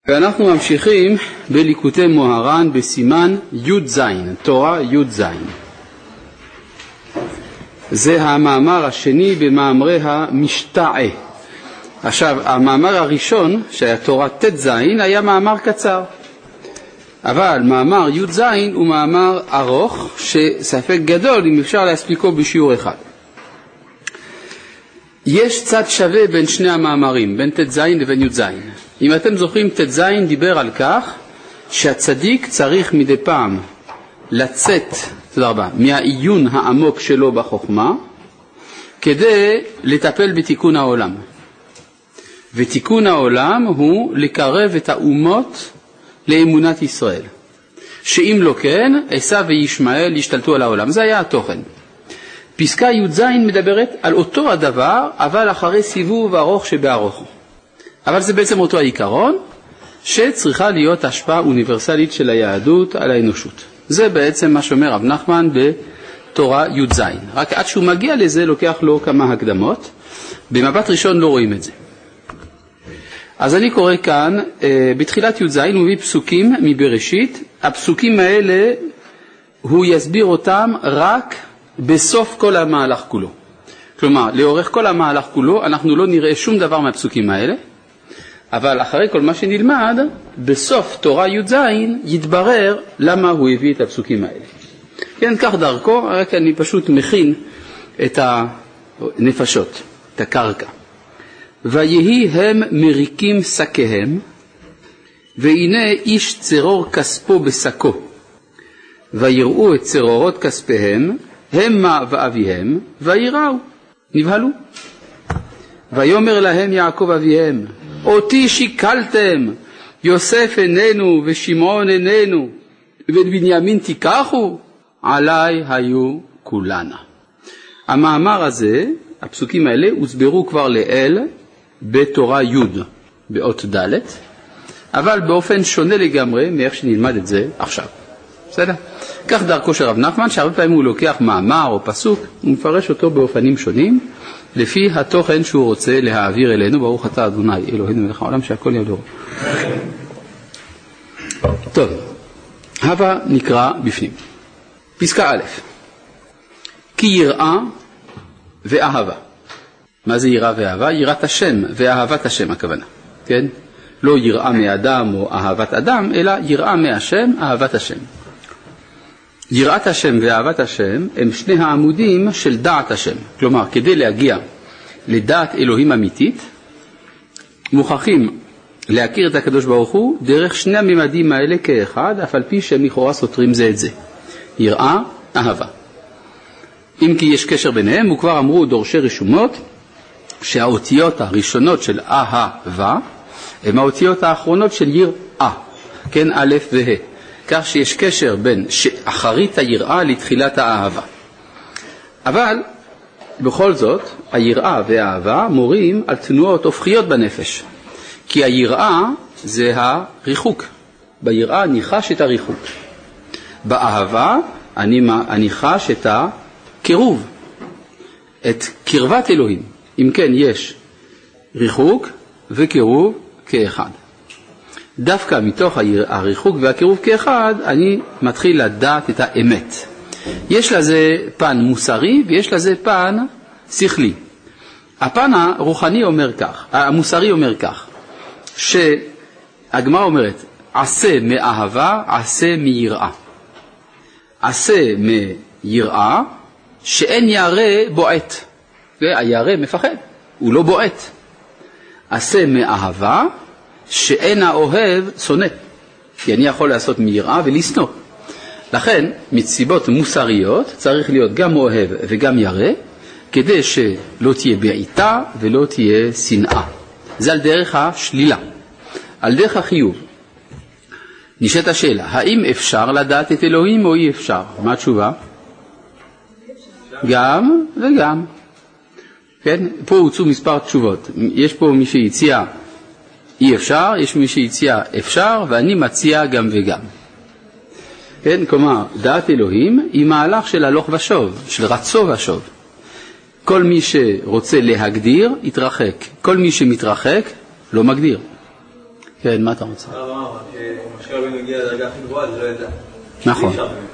ואנחנו ממשיכים בליקוטי מוהר"ן בסימן י"ז, תורה י"ז. זה המאמר השני במאמרי המשתעה. עכשיו, המאמר הראשון, שהיה תורה ט"ז, היה מאמר קצר. אבל מאמר י"ז הוא מאמר ארוך, שספק גדול אם אפשר להספיקו בשיעור אחד. יש צד שווה בין שני המאמרים, בין ט"ז לבין י"ז. אם אתם זוכרים, ט"ז דיבר על כך שהצדיק צריך מדי פעם לצאת, מהעיון העמוק שלו בחוכמה, כדי לטפל בתיקון העולם. ותיקון העולם הוא לקרב את האומות לאמונת ישראל. שאם לא כן, עשיו וישמעאל ישתלטו על העולם. זה היה התוכן. פסקה י"ז מדברת על אותו הדבר, אבל אחרי סיבוב ארוך שבארוך. אבל זה בעצם אותו העיקרון, שצריכה להיות השפעה אוניברסלית של היהדות על האנושות. זה בעצם מה שאומר רב נחמן בתורה י"ז. רק עד שהוא מגיע לזה לוקח לו כמה הקדמות. במבט ראשון לא רואים את זה. אז אני קורא כאן, בתחילת י"ז הוא מביא פסוקים מבראשית. הפסוקים האלה, הוא יסביר אותם רק בסוף כל המהלך כולו. כלומר, לאורך כל המהלך כולו, אנחנו לא נראה שום דבר מהפסוקים האלה, אבל אחרי כל מה שנלמד, בסוף תורה י"ז יתברר למה הוא הביא את הפסוקים האלה. כן, כך דרכו, רק אני פשוט מכין את הנפשות, את הקרקע. ויהי הם מריקים שקיהם, והנה איש צרור כספו בשקו. ויראו את צרורות כספיהם, המה ואביהם, ויראו, נבהלו. ויאמר להם יעקב אביהם, אותי שיקלתם, יוסף איננו ושמעון איננו, ואת בנימין תיקחו, עליי היו כולנה. המאמר הזה, הפסוקים האלה, הוסברו כבר לאל בתורה י' באות ד', אבל באופן שונה לגמרי מאיך שנלמד את זה עכשיו. בסדר? כך דרכו של רב נחמן, שהרבה פעמים הוא לוקח מאמר או פסוק, הוא מפרש אותו באופנים שונים, לפי התוכן שהוא רוצה להעביר אלינו. ברוך אתה אדוני אלוהינו מלך העולם שהכל ידעו. טוב, הווה נקרא בפנים. פסקה א', כי יראה ואהבה. מה זה יראה ואהבה? יראת השם ואהבת השם הכוונה. כן? לא יראה מאדם או אהבת אדם, אלא יראה מהשם, אהבת השם. יראת השם ואהבת השם הם שני העמודים של דעת השם. כלומר, כדי להגיע לדעת אלוהים אמיתית, מוכרחים להכיר את הקדוש ברוך הוא דרך שני הממדים האלה כאחד, אף על פי שהם לכאורה סותרים זה את זה. יראה, אהבה. אם כי יש קשר ביניהם, וכבר אמרו דורשי רשומות, שהאותיות הראשונות של אהבה, הם האותיות האחרונות של יראה. כן, א' וה'. כך שיש קשר בין אחרית היראה לתחילת האהבה. אבל בכל זאת, היראה והאהבה מורים על תנועות הופכיות בנפש. כי היראה זה הריחוק. ביראה אני חש את הריחוק. באהבה אני חש את הקירוב, את קרבת אלוהים. אם כן, יש ריחוק וקירוב כאחד. דווקא מתוך הריחוק והקירוב כאחד, אני מתחיל לדעת את האמת. יש לזה פן מוסרי ויש לזה פן שכלי. הפן הרוחני אומר כך, המוסרי אומר כך, שהגמרא אומרת, עשה מאהבה, עשה מיראה. עשה מיראה, שאין ירא בועט. הירא מפחד, הוא לא בועט. עשה מאהבה, שאין האוהב שונא. כי אני יכול לעשות מיראה ולשנוא. לכן, מסיבות מוסריות, צריך להיות גם אוהב וגם ירא, כדי שלא תהיה בעיטה ולא תהיה שנאה. זה על דרך השלילה. על דרך החיוב. נשאלת השאלה, האם אפשר לדעת את אלוהים או אי אפשר? מה התשובה? גם וגם. כן? פה הוצאו מספר תשובות. יש פה מי שהציע אי אפשר, יש מי שהציע אפשר, ואני מציע גם וגם. כן? כלומר, דעת אלוהים היא מהלך של הלוך ושוב, של רצו ושוב. כל מי שרוצה להגדיר, יתרחק. כל מי שמתרחק, לא מגדיר. כן, מה אתה רוצה? כשמשה רבינו הגיע לדרגה הכי גבוהה, זה לא ידע. נכון.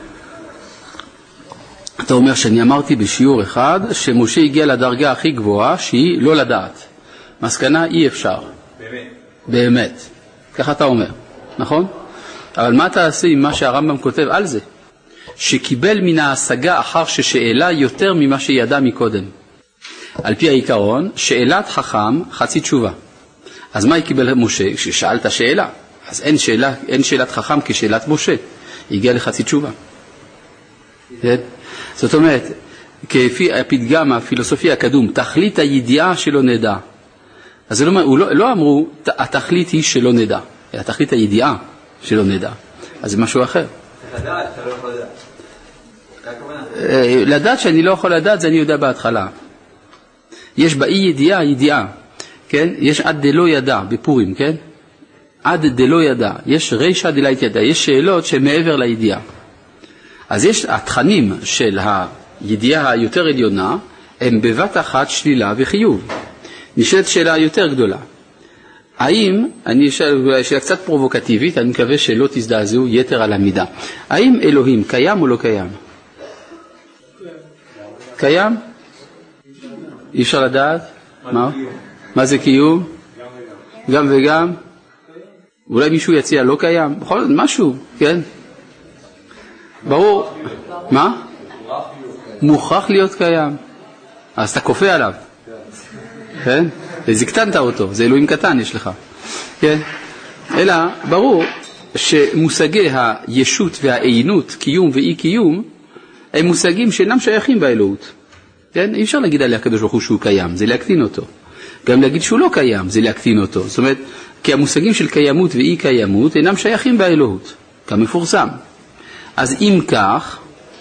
אתה אומר שאני אמרתי בשיעור אחד שמשה הגיע לדרגה הכי גבוהה שהיא לא לדעת. מסקנה אי אפשר. באמת. באמת. ככה אתה אומר, נכון? אבל מה תעשה עם מה שהרמב"ם כותב על זה? שקיבל מן ההשגה אחר ששאלה יותר ממה שידע מקודם. על פי העיקרון, שאלת חכם חצי תשובה. אז מה קיבל משה? כששאלת שאלה. אז אין שאלת חכם כשאלת משה. הגיע לחצי תשובה. זאת אומרת, כפי הפתגם הפילוסופי הקדום, תכלית הידיעה שלא נדע. אז לא אמרו, התכלית היא שלא נדע. התכלית הידיעה שלא נדע. אז זה משהו אחר. לדעת, אתה לא יכול לדעת. לדעת שאני לא יכול לדעת, זה אני יודע בהתחלה. יש באי ידיעה, ידיעה. כן? יש עד דלא ידע בפורים, כן? עד דלא ידע. יש רישא דלית ידע. יש שאלות שמעבר לידיעה. אז יש התכנים של הידיעה היותר עליונה, הם בבת אחת שלילה וחיוב. נשאלת שאלה יותר גדולה. האם, אני אשאל שאלה קצת פרובוקטיבית, אני מקווה שלא תזדעזעו יתר על המידה. האם אלוהים קיים או לא קיים? קיים? אי אפשר לדעת? מה זה קיום? גם וגם? אולי מישהו יציע לא קיים? בכל זאת, משהו, כן? ברור. מה? מוכרח להיות קיים. אז אתה כופה עליו. כן? וזקטנת אותו, זה אלוהים קטן יש לך. כן? אלא, ברור שמושגי הישות והעינות, קיום ואי קיום, הם מושגים שאינם שייכים באלוהות. כן? אי אפשר להגיד עליה הקדוש ברוך הוא שהוא קיים, זה להקטין אותו. גם להגיד שהוא לא קיים, זה להקטין אותו. זאת אומרת, כי המושגים של קיימות ואי קיימות אינם שייכים באלוהות, כמפורסם. אז אם כך,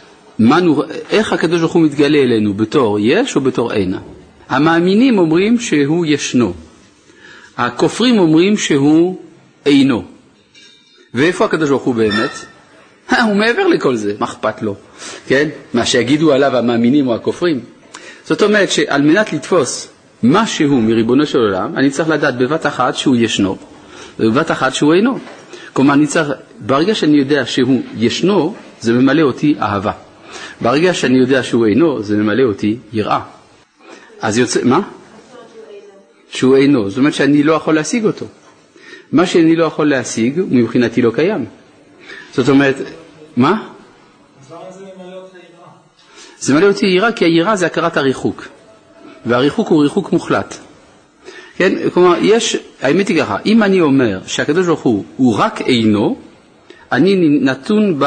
איך הקדוש ברוך הוא מתגלה אלינו, בתור יש או בתור אינה? המאמינים אומרים שהוא ישנו. הכופרים אומרים שהוא אינו. ואיפה הקדוש ברוך הוא באמת? הוא מעבר לכל זה, מה אכפת לו? כן? מה שיגידו עליו המאמינים או הכופרים. זאת אומרת שעל מנת לתפוס משהו מריבונו של עולם, אני צריך לדעת בבת אחת שהוא ישנו, ובבת אחת שהוא אינו. כלומר, ברגע שאני יודע שהוא ישנו, זה ממלא אותי אהבה. ברגע שאני יודע שהוא אינו, זה ממלא אותי יראה. אז יוצא, מה? שהוא אינו. זאת אומרת שאני לא יכול להשיג אותו. מה שאני לא יכול להשיג, מבחינתי לא קיים. זאת אומרת, מה? זה ממלא אותי יראה. זה ממלא אותי יראה, כי היראה זה הכרת הריחוק. והריחוק הוא ריחוק מוחלט. כן? כלומר, האמת היא ככה, אם אני אומר שהקדוש ברוך הוא רק אינו, אני נתון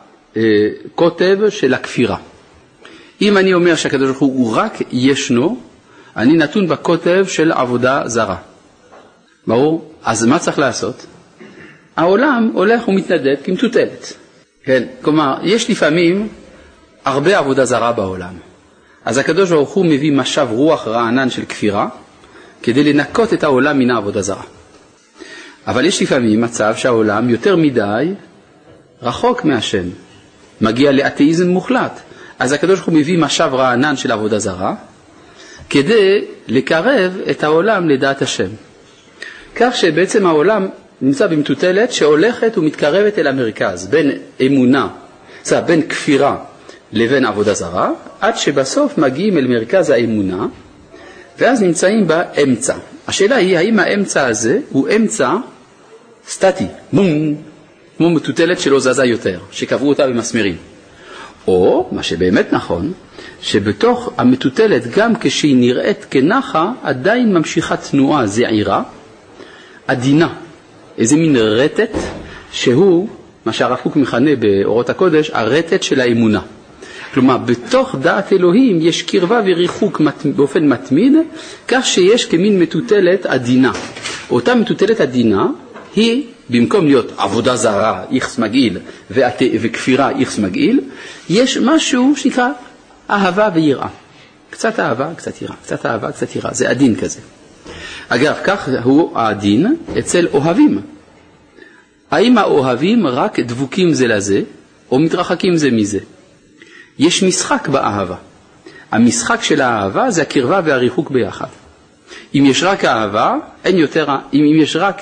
בכותב של הכפירה. אם אני אומר שהקדוש ברוך הוא רק ישנו, אני נתון בכותב של עבודה זרה. ברור? אז מה צריך לעשות? העולם הולך ומתנדד כמטוטלת. כן? כלומר, יש לפעמים הרבה עבודה זרה בעולם. אז הקדוש ברוך הוא מביא משב רוח רענן של כפירה, כדי לנקות את העולם מן העבודה זרה. אבל יש לפעמים מצב שהעולם יותר מדי רחוק מהשם, מגיע לאתאיזם מוחלט. אז הקדוש ברוך הוא מביא משב רענן של עבודה זרה, כדי לקרב את העולם לדעת השם. כך שבעצם העולם נמצא במטוטלת שהולכת ומתקרבת אל המרכז, בין אמונה, בין כפירה לבין עבודה זרה, עד שבסוף מגיעים אל מרכז האמונה, ואז נמצאים באמצע. השאלה היא, האם האמצע הזה הוא אמצע סטטי, כמו מטוטלת שלא זזה יותר, שקבעו אותה במסמרים. או, מה שבאמת נכון, שבתוך המטוטלת, גם כשהיא נראית כנחה, עדיין ממשיכה תנועה זעירה, עדינה, איזה מין רטט, שהוא, מה שהרב קוק מכנה באורות הקודש, הרטט של האמונה. כלומר, בתוך דעת אלוהים יש קרבה וריחוק באופן מתמיד, כך שיש כמין מטוטלת עדינה. אותה מטוטלת עדינה היא, במקום להיות עבודה זרה, איכס מגעיל, וכפירה, איכס מגעיל, יש משהו שנקרא אהבה ויראה. קצת אהבה, קצת יראה, קצת אהבה, קצת יראה. זה עדין כזה. אגב, כך הוא העדין אצל אוהבים. האם האוהבים רק דבוקים זה לזה, או מתרחקים זה מזה? יש משחק באהבה. המשחק של האהבה זה הקרבה והריחוק ביחד. אם יש רק אהבה, אין יותר, אם יש רק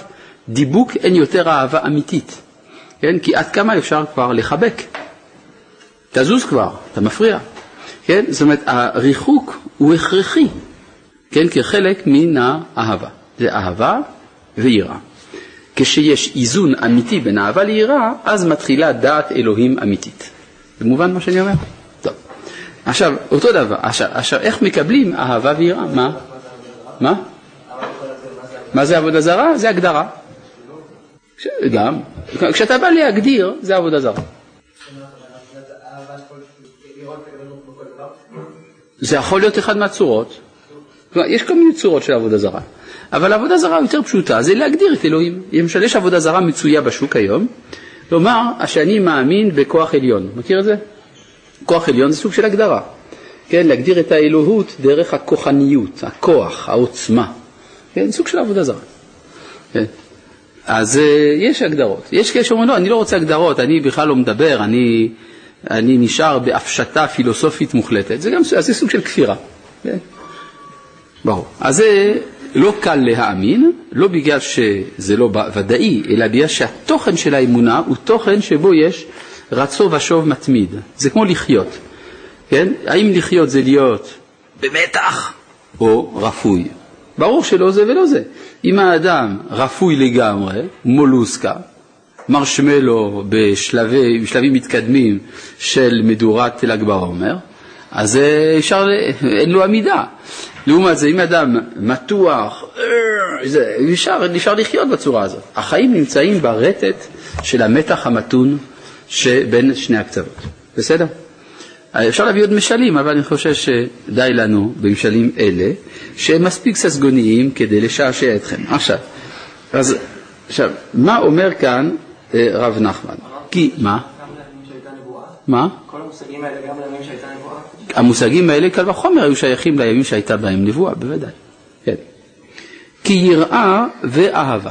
דיבוק אין יותר אהבה אמיתית. כן? כי עד כמה אפשר כבר לחבק? תזוז כבר, אתה מפריע. כן? זאת אומרת, הריחוק הוא הכרחי. כן? כחלק מן האהבה. זה אהבה ויראה. כשיש איזון אמיתי בין אהבה ליראה, אז מתחילה דעת אלוהים אמיתית. זה מובן מה שאני אומר? טוב. עכשיו, אותו דבר. עכשיו, איך מקבלים אהבה ויראה? מה? מה זה עבודה זרה? זה הגדרה. גם. כשאתה בא להגדיר, זה עבודה זרה. זה יכול להיות אחד מהצורות. יש כל מיני צורות של עבודה זרה. אבל עבודה זרה יותר פשוטה, זה להגדיר את אלוהים. למשל, יש עבודה זרה מצויה בשוק היום, לומר שאני מאמין בכוח עליון. מכיר את זה? כוח עליון זה סוג של הגדרה. כן, להגדיר את האלוהות דרך הכוחניות, הכוח, העוצמה. כן, סוג של עבודה זרה. כן. אז יש הגדרות. יש כאלה שאומרים, לא, אני לא רוצה הגדרות, אני בכלל לא מדבר, אני נשאר בהפשטה פילוסופית מוחלטת. זה גם זה סוג של כפירה. כן? ברור. אז זה לא קל להאמין, לא בגלל שזה לא ודאי, אלא בגלל שהתוכן של האמונה הוא תוכן שבו יש רצו ושוב מתמיד. זה כמו לחיות. כן? האם לחיות זה להיות במתח או רפוי? ברור שלא זה ולא זה. אם האדם רפוי לגמרי, מולוסקה, מרשמלו בשלבים מתקדמים של מדורת ל"ג בעומר, אז אין לו עמידה. לעומת זה, אם אדם מתוח, נשאר לחיות בצורה הזאת. החיים נמצאים ברטט של המתח המתון שבין שני הקצוות. בסדר? אפשר להביא עוד משלים, אבל אני חושב שדי לנו במשלים אלה, שהם מספיק ססגוניים כדי לשעשע אתכם. עכשיו, מה אומר כאן רב נחמן? כי, מה? מה? כל המושגים האלה גם לימים שהייתה נבואה? המושגים האלה קל וחומר היו שייכים לימים שהייתה בהם נבואה, בוודאי. כן. כי יראה ואהבה.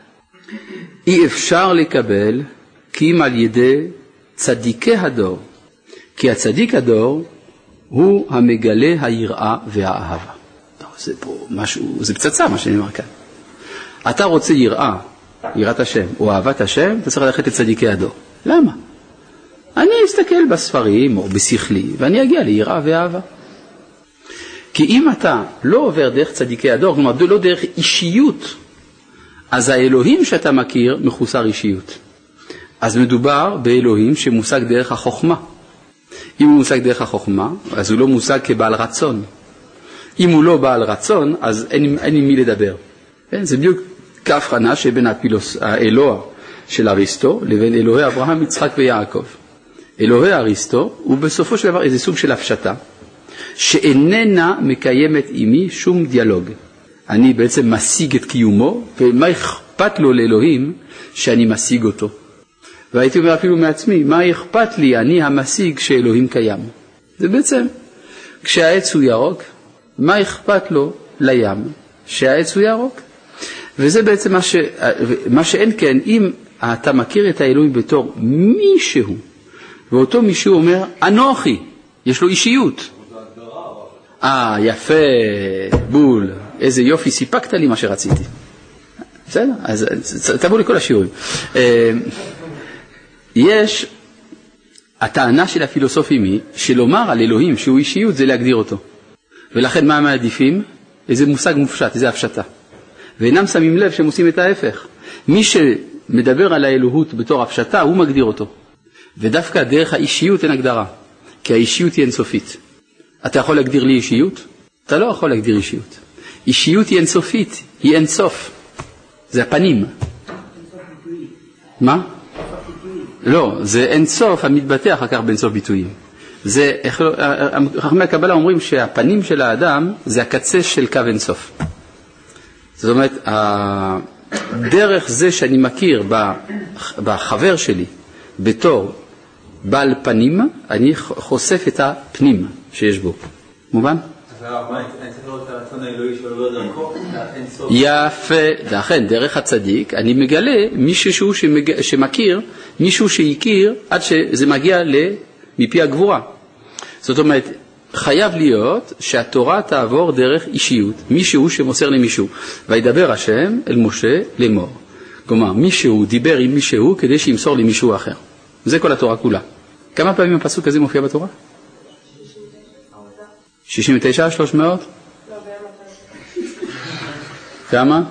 אי אפשר לקבל כי אם על ידי צדיקי הדור. כי הצדיק הדור הוא המגלה היראה והאהבה. זה פה משהו, זה פצצה מה שאני אומר כאן. אתה רוצה יראה, יראת השם, או אהבת השם, אתה צריך ללכת לצדיקי הדור. למה? אני אסתכל בספרים או בשכלי, ואני אגיע ליראה ואהבה. כי אם אתה לא עובר דרך צדיקי הדור, כלומר לא דרך אישיות, אז האלוהים שאתה מכיר מחוסר אישיות. אז מדובר באלוהים שמושג דרך החוכמה. אם הוא מושג דרך החוכמה, אז הוא לא מושג כבעל רצון. אם הוא לא בעל רצון, אז אין עם מי לדבר. כן? זה בדיוק כהבחנה שבין האלוה של אריסטו לבין אלוהי אברהם, יצחק ויעקב. אלוהי אריסטו הוא בסופו של דבר איזה סוג של הפשטה, שאיננה מקיימת עימי שום דיאלוג. אני בעצם משיג את קיומו, ומה אכפת לו לאלוהים שאני משיג אותו? והייתי אומר אפילו מעצמי, מה אכפת לי, אני המשיג שאלוהים קיים? זה בעצם, כשהעץ הוא ירוק, מה אכפת לו לים? שהעץ הוא ירוק. וזה בעצם מה שאין כן, אם אתה מכיר את האלוהים בתור מישהו, ואותו מישהו אומר, אנוכי, יש לו אישיות. יפה, בול, איזה יופי, סיפקת לי מה שרציתי. בסדר? אז תבואו לכל השיעורים. יש, הטענה של הפילוסופים היא, שלומר על אלוהים שהוא אישיות זה להגדיר אותו. ולכן מה מעדיפים? איזה מושג מופשט, איזה הפשטה. ואינם שמים לב שהם עושים את ההפך. מי שמדבר על האלוהות בתור הפשטה, הוא מגדיר אותו. ודווקא דרך האישיות אין הגדרה, כי האישיות היא אינסופית. אתה יכול להגדיר לי אישיות? אתה לא יכול להגדיר אישיות. אישיות היא אינסופית, היא אינסוף. זה הפנים. מה? לא, זה אינסוף המתבטא אחר כך באינסוף ביטויים. זה, חכמי הקבלה אומרים שהפנים של האדם זה הקצה של קו אינסוף. זאת אומרת, דרך זה שאני מכיר בחבר שלי בתור בעל פנים, אני חושף את הפנים שיש בו. מובן? אז אני צריך לראות את הרצון האלוהי שעובר דרכו, אינסוף. יפה, לכן דרך הצדיק אני מגלה מישהו שמכיר, מישהו שהכיר עד שזה מגיע מפי הגבורה. זאת אומרת, חייב להיות שהתורה תעבור דרך אישיות, מישהו שמוסר למישהו. וידבר השם אל משה לאמור. כלומר, מישהו דיבר עם מישהו כדי שימסור למישהו אחר. זה כל התורה כולה. כמה פעמים הפסוק הזה מופיע בתורה? 69, 300? כמה?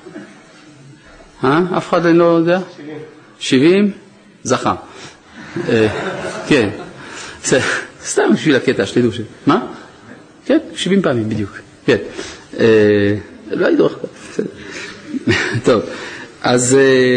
אף אחד לא יודע? 70? זכה. כן. סתם בשביל הקטע, שתדעו ש... מה? כן, 70 פעמים בדיוק. כן. לא ידוח. טוב. אז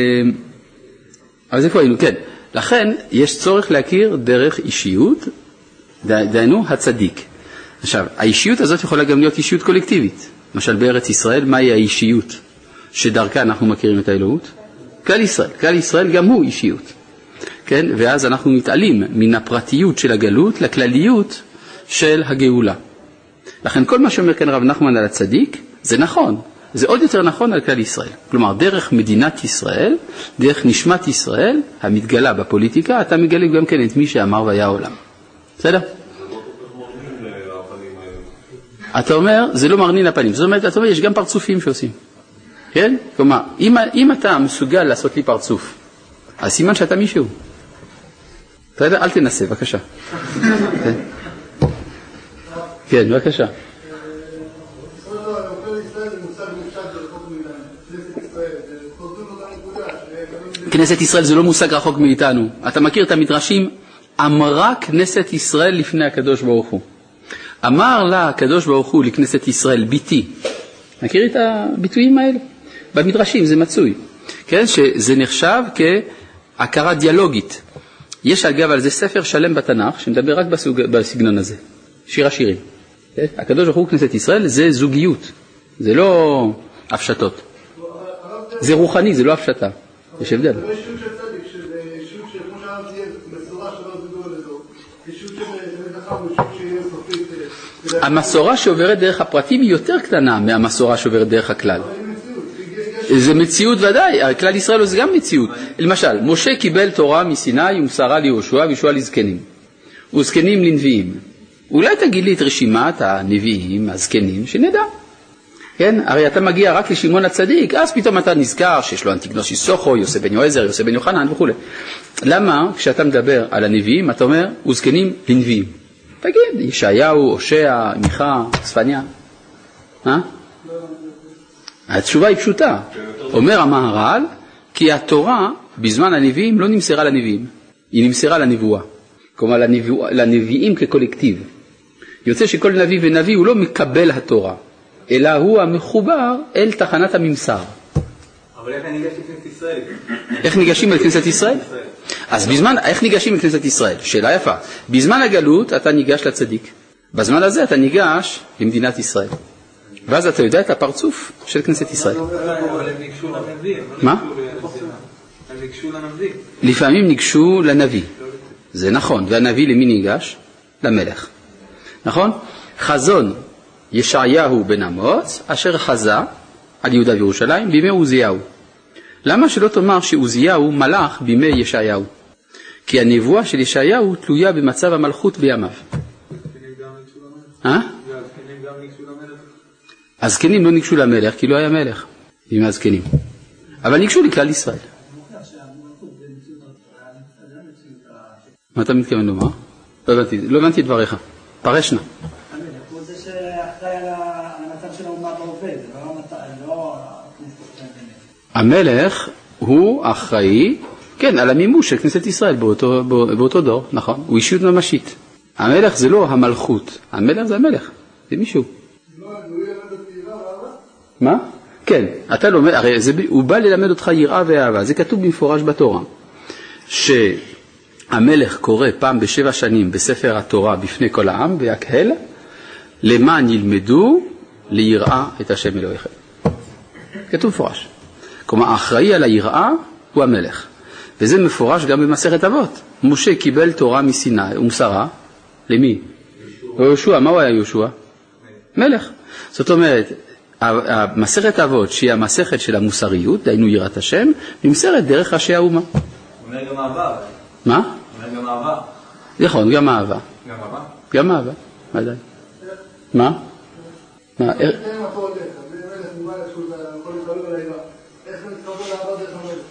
איפה היינו? כן. לכן יש צורך להכיר דרך אישיות, דהיינו הצדיק. עכשיו, האישיות הזאת יכולה גם להיות אישיות קולקטיבית. למשל בארץ ישראל, מהי האישיות שדרכה אנחנו מכירים את האלוהות? כלל ישראל. כלל ישראל גם הוא אישיות. כן? ואז אנחנו מתעלים מן הפרטיות של הגלות לכלליות של הגאולה. לכן כל מה שאומר כאן רב נחמן על הצדיק, זה נכון. זה עוד יותר נכון על כלל ישראל. כלומר, דרך מדינת ישראל, דרך נשמת ישראל, המתגלה בפוליטיקה, אתה מגלה גם כן את מי שאמר והיה העולם. בסדר? אתה אומר, זה לא מרנין לפנים. זאת אומרת, אתה אומר, יש גם פרצופים שעושים. כן? כלומר, אם אתה מסוגל לעשות לי פרצוף, אז סימן שאתה מישהו. בסדר? אל תנסה, בבקשה. כן, בבקשה. כנסת ישראל זה לא מושג רחוק מאיתנו. אתה מכיר את המדרשים? אמרה כנסת ישראל לפני הקדוש ברוך הוא. אמר לה הקדוש ברוך הוא לכנסת ישראל, ביתי. מכיר את הביטויים האלה? במדרשים זה מצוי. כן? שזה נחשב כהכרה דיאלוגית. יש אגב על זה ספר שלם בתנ"ך שמדבר רק בסגנון הזה. שיר השירים. כן? הקדוש ברוך הוא כנסת ישראל זה זוגיות. זה לא הפשטות. זה רוחני, זה לא הפשטה. יש הבדל. זה אישות של צדיק, שזה אישות שכמו שאמרתי, תהיה מסורה שלא זוגו לזו. אישות שמזכה הוא אישות שיהיה סופית. המסורה שעוברת דרך הפרטים היא יותר קטנה מהמסורה שעוברת דרך הכלל. אבל היא מציאות. זה מציאות ודאי, הכלל ישראל זה גם מציאות. למשל, משה קיבל תורה מסיני ומסרה ליהושע ויהושע לזקנים. וזקנים לנביאים. אולי תגיד לי את רשימת הנביאים, הזקנים, שנדע. כן? הרי אתה מגיע רק לשמעון הצדיק, אז פתאום אתה נזכר שיש לו אנטיגנוס איסוכו, יוסף בן יועזר, יוסף בן יוחנן וכו'. למה כשאתה מדבר על הנביאים, אתה אומר, וזקנים לנביאים? תגיד, ישעיהו, הושע, מיכה, צפניה. התשובה היא פשוטה. אומר המהר"ל, כי התורה בזמן הנביאים לא נמסרה לנביאים, היא נמסרה לנבואה. כלומר לנביאים כקולקטיב. יוצא שכל נביא ונביא הוא לא מקבל התורה. אלא הוא המחובר אל תחנת הממסר. אבל איך ניגשים לכנסת ישראל? איך ניגשים לכנסת ישראל? אז בזמן, איך ניגשים לכנסת ישראל? שאלה יפה. בזמן הגלות אתה ניגש לצדיק. בזמן הזה אתה ניגש למדינת ישראל. ואז אתה יודע את הפרצוף של כנסת ישראל. אבל הם ניגשו לנביא. מה? הם ניגשו לנביא. לפעמים ניגשו לנביא. זה נכון. והנביא למי ניגש? למלך. נכון? חזון ישעיהו בן אמוץ, אשר חזה על יהודה וירושלים בימי עוזיהו. למה שלא תאמר שעוזיהו מלך בימי ישעיהו? כי הנבואה של ישעיהו תלויה במצב המלכות בימיו. הזקנים לא ניגשו למלך כי לא היה מלך בימי הזקנים. אבל ניגשו לכלל ישראל. מה אתה מתכוון לומר? לא הבנתי את דבריך. פרשנה. המלך הוא אחראי, כן, על המימוש של כנסת ישראל באותו דור, נכון, הוא אישיות ממשית. המלך זה לא המלכות, המלך זה המלך, זה מישהו. מה? כן, אתה לומד, הרי הוא בא ללמד אותך יראה ואהבה, זה כתוב במפורש בתורה, שהמלך קורא פעם ב7 שנים בספר התורה בפני כל העם, ויקהל, למען ילמדו ליראה את השם אלוהיכם. כתוב מפורש. כלומר, האחראי על היראה הוא המלך. וזה מפורש גם במסכת אבות. משה קיבל תורה מסיני ומסרה למי? יהושע. מה הוא היה יהושע? מלך. זאת אומרת, המסכת אבות, שהיא המסכת של המוסריות, דהיינו יראת השם, נמסרת דרך ראשי האומה. אומר גם אהבה. מה? אומר גם אהבה. נכון, גם אהבה. גם אהבה? גם אהבה, ודאי. מה? מה?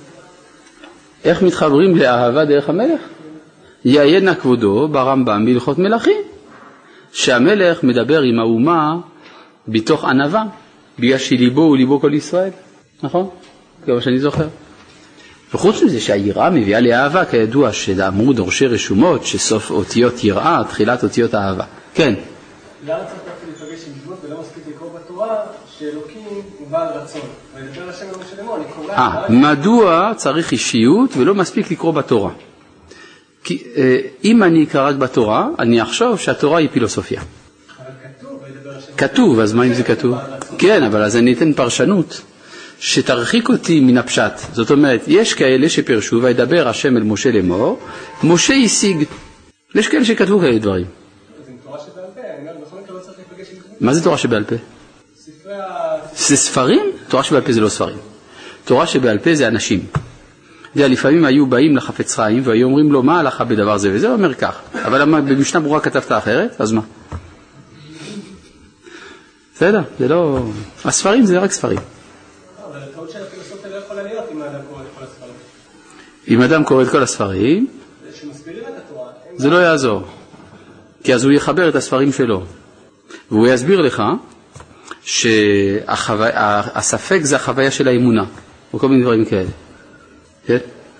איך מתחברים לאהבה דרך המלך? יעיין נא כבודו ברמב"ם בהלכות מלכים, שהמלך מדבר עם האומה בתוך ענווה, בגלל שליבו הוא ליבו כל ישראל, נכון? כמו שאני זוכר. וחוץ מזה שהיראה מביאה לאהבה, כידוע שאמרו דורשי רשומות שסוף אותיות יראה, תחילת אותיות אהבה. כן. למה צריך להיפגש עם דמות ולא מספיק לקרוא בתורה שאלוקים הוא בעל רצון? ולדבר השם למשה לאמור, אני קורא... מדוע צריך אישיות ולא מספיק לקרוא בתורה? כי אם אני אקרא רק בתורה, אני אחשוב שהתורה היא פילוסופיה. אבל כתוב, ולדבר השם... כתוב, אז מה אם זה כתוב? כן, אבל אז אני אתן פרשנות שתרחיק אותי מן הפשט. זאת אומרת, יש כאלה שפרשו וידבר השם אל משה לאמור, משה השיג. יש כאלה שכתבו כאלה דברים. זה תורה שבעל פה, אני אומר, בכל מקרה לא צריך להיפגש עם דמות. מה זה תורה שבעל פה? זה ספרים? תורה שבעל פה זה לא ספרים. תורה שבעל פה זה אנשים. לפעמים היו באים לחפץ חיים והיו אומרים לו מה הלכה בדבר זה וזה, הוא אומר כך. אבל במשנה ברורה כתבת אחרת, אז מה? בסדר, זה לא... הספרים זה רק ספרים. אבל הטעות של הפילוסופיה לא יכולה להיות אם האדם קורא את כל הספרים. אם אדם קורא את כל הספרים, שמסבירים את התורה, זה לא יעזור. כי אז הוא יחבר את הספרים שלו. והוא יסביר לך שהספק זה החוויה של האמונה, או כל מיני דברים כאלה. כן?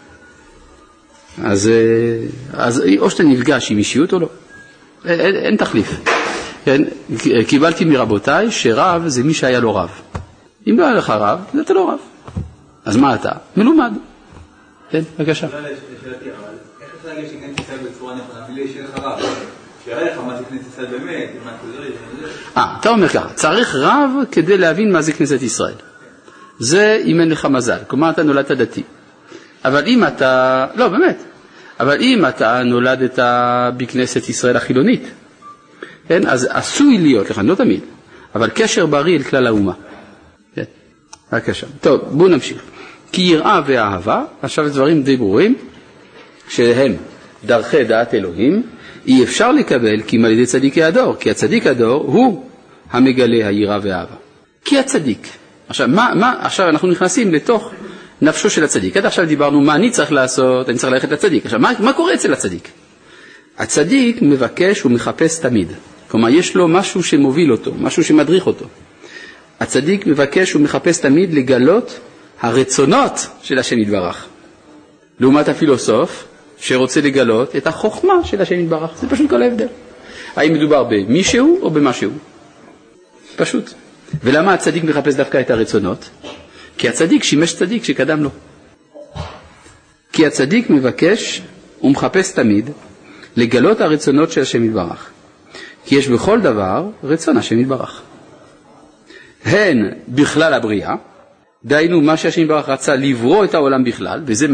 אז או שאתה נפגש עם אישיות או לא. אין תחליף. כן? קיבלתי מרבותיי שרב זה מי שהיה לו רב. אם לא היה לך רב, זה אתה לא רב. אז מה אתה? מלומד. כן, בבקשה. שאלתי, אבל איך אפשר להגיד שכנסת ישראל בצורה נכונה? בלי שיהיה לך רב. שיראה לך מה זה כנסת ישראל באמת, מה זה... אתה אומר ככה, צריך רב כדי להבין מה זה כנסת ישראל. זה אם אין לך מזל. כלומר, אתה נולדת דתי. אבל אם אתה... לא, באמת. אבל אם אתה נולדת בכנסת ישראל החילונית, כן? אז עשוי להיות לך, לא תמיד, אבל קשר בריא אל כלל האומה. כן? בבקשה. טוב, בואו נמשיך. כי יראה ואהבה, עכשיו דברים די ברורים, שהם דרכי דעת אלוהים, אי אפשר לקבל כי אם על ידי צדיקי הדור, כי הצדיק הדור הוא המגלה היראה ואהבה. כי הצדיק. עכשיו אנחנו נכנסים לתוך נפשו של הצדיק. עד עכשיו דיברנו מה אני צריך לעשות, אני צריך ללכת לצדיק. עכשיו, מה קורה אצל הצדיק? הצדיק מבקש ומחפש תמיד. כלומר, יש לו משהו שמוביל אותו, משהו שמדריך אותו. הצדיק מבקש ומחפש תמיד לגלות הרצונות של השם יתברך. לעומת הפילוסוף שרוצה לגלות את החוכמה של השם יתברך. זה פשוט כל ההבדל. האם מדובר במישהו או במשהו? פשוט. ולמה הצדיק מחפש דווקא את הרצונות? כי הצדיק שימש צדיק שקדם לו. כי הצדיק מבקש ומחפש תמיד לגלות הרצונות של השם יתברך. כי יש בכל דבר רצון השם יתברך. הן בכלל הבריאה, דהיינו מה שהשם יתברך רצה לברוא את העולם בכלל, וזה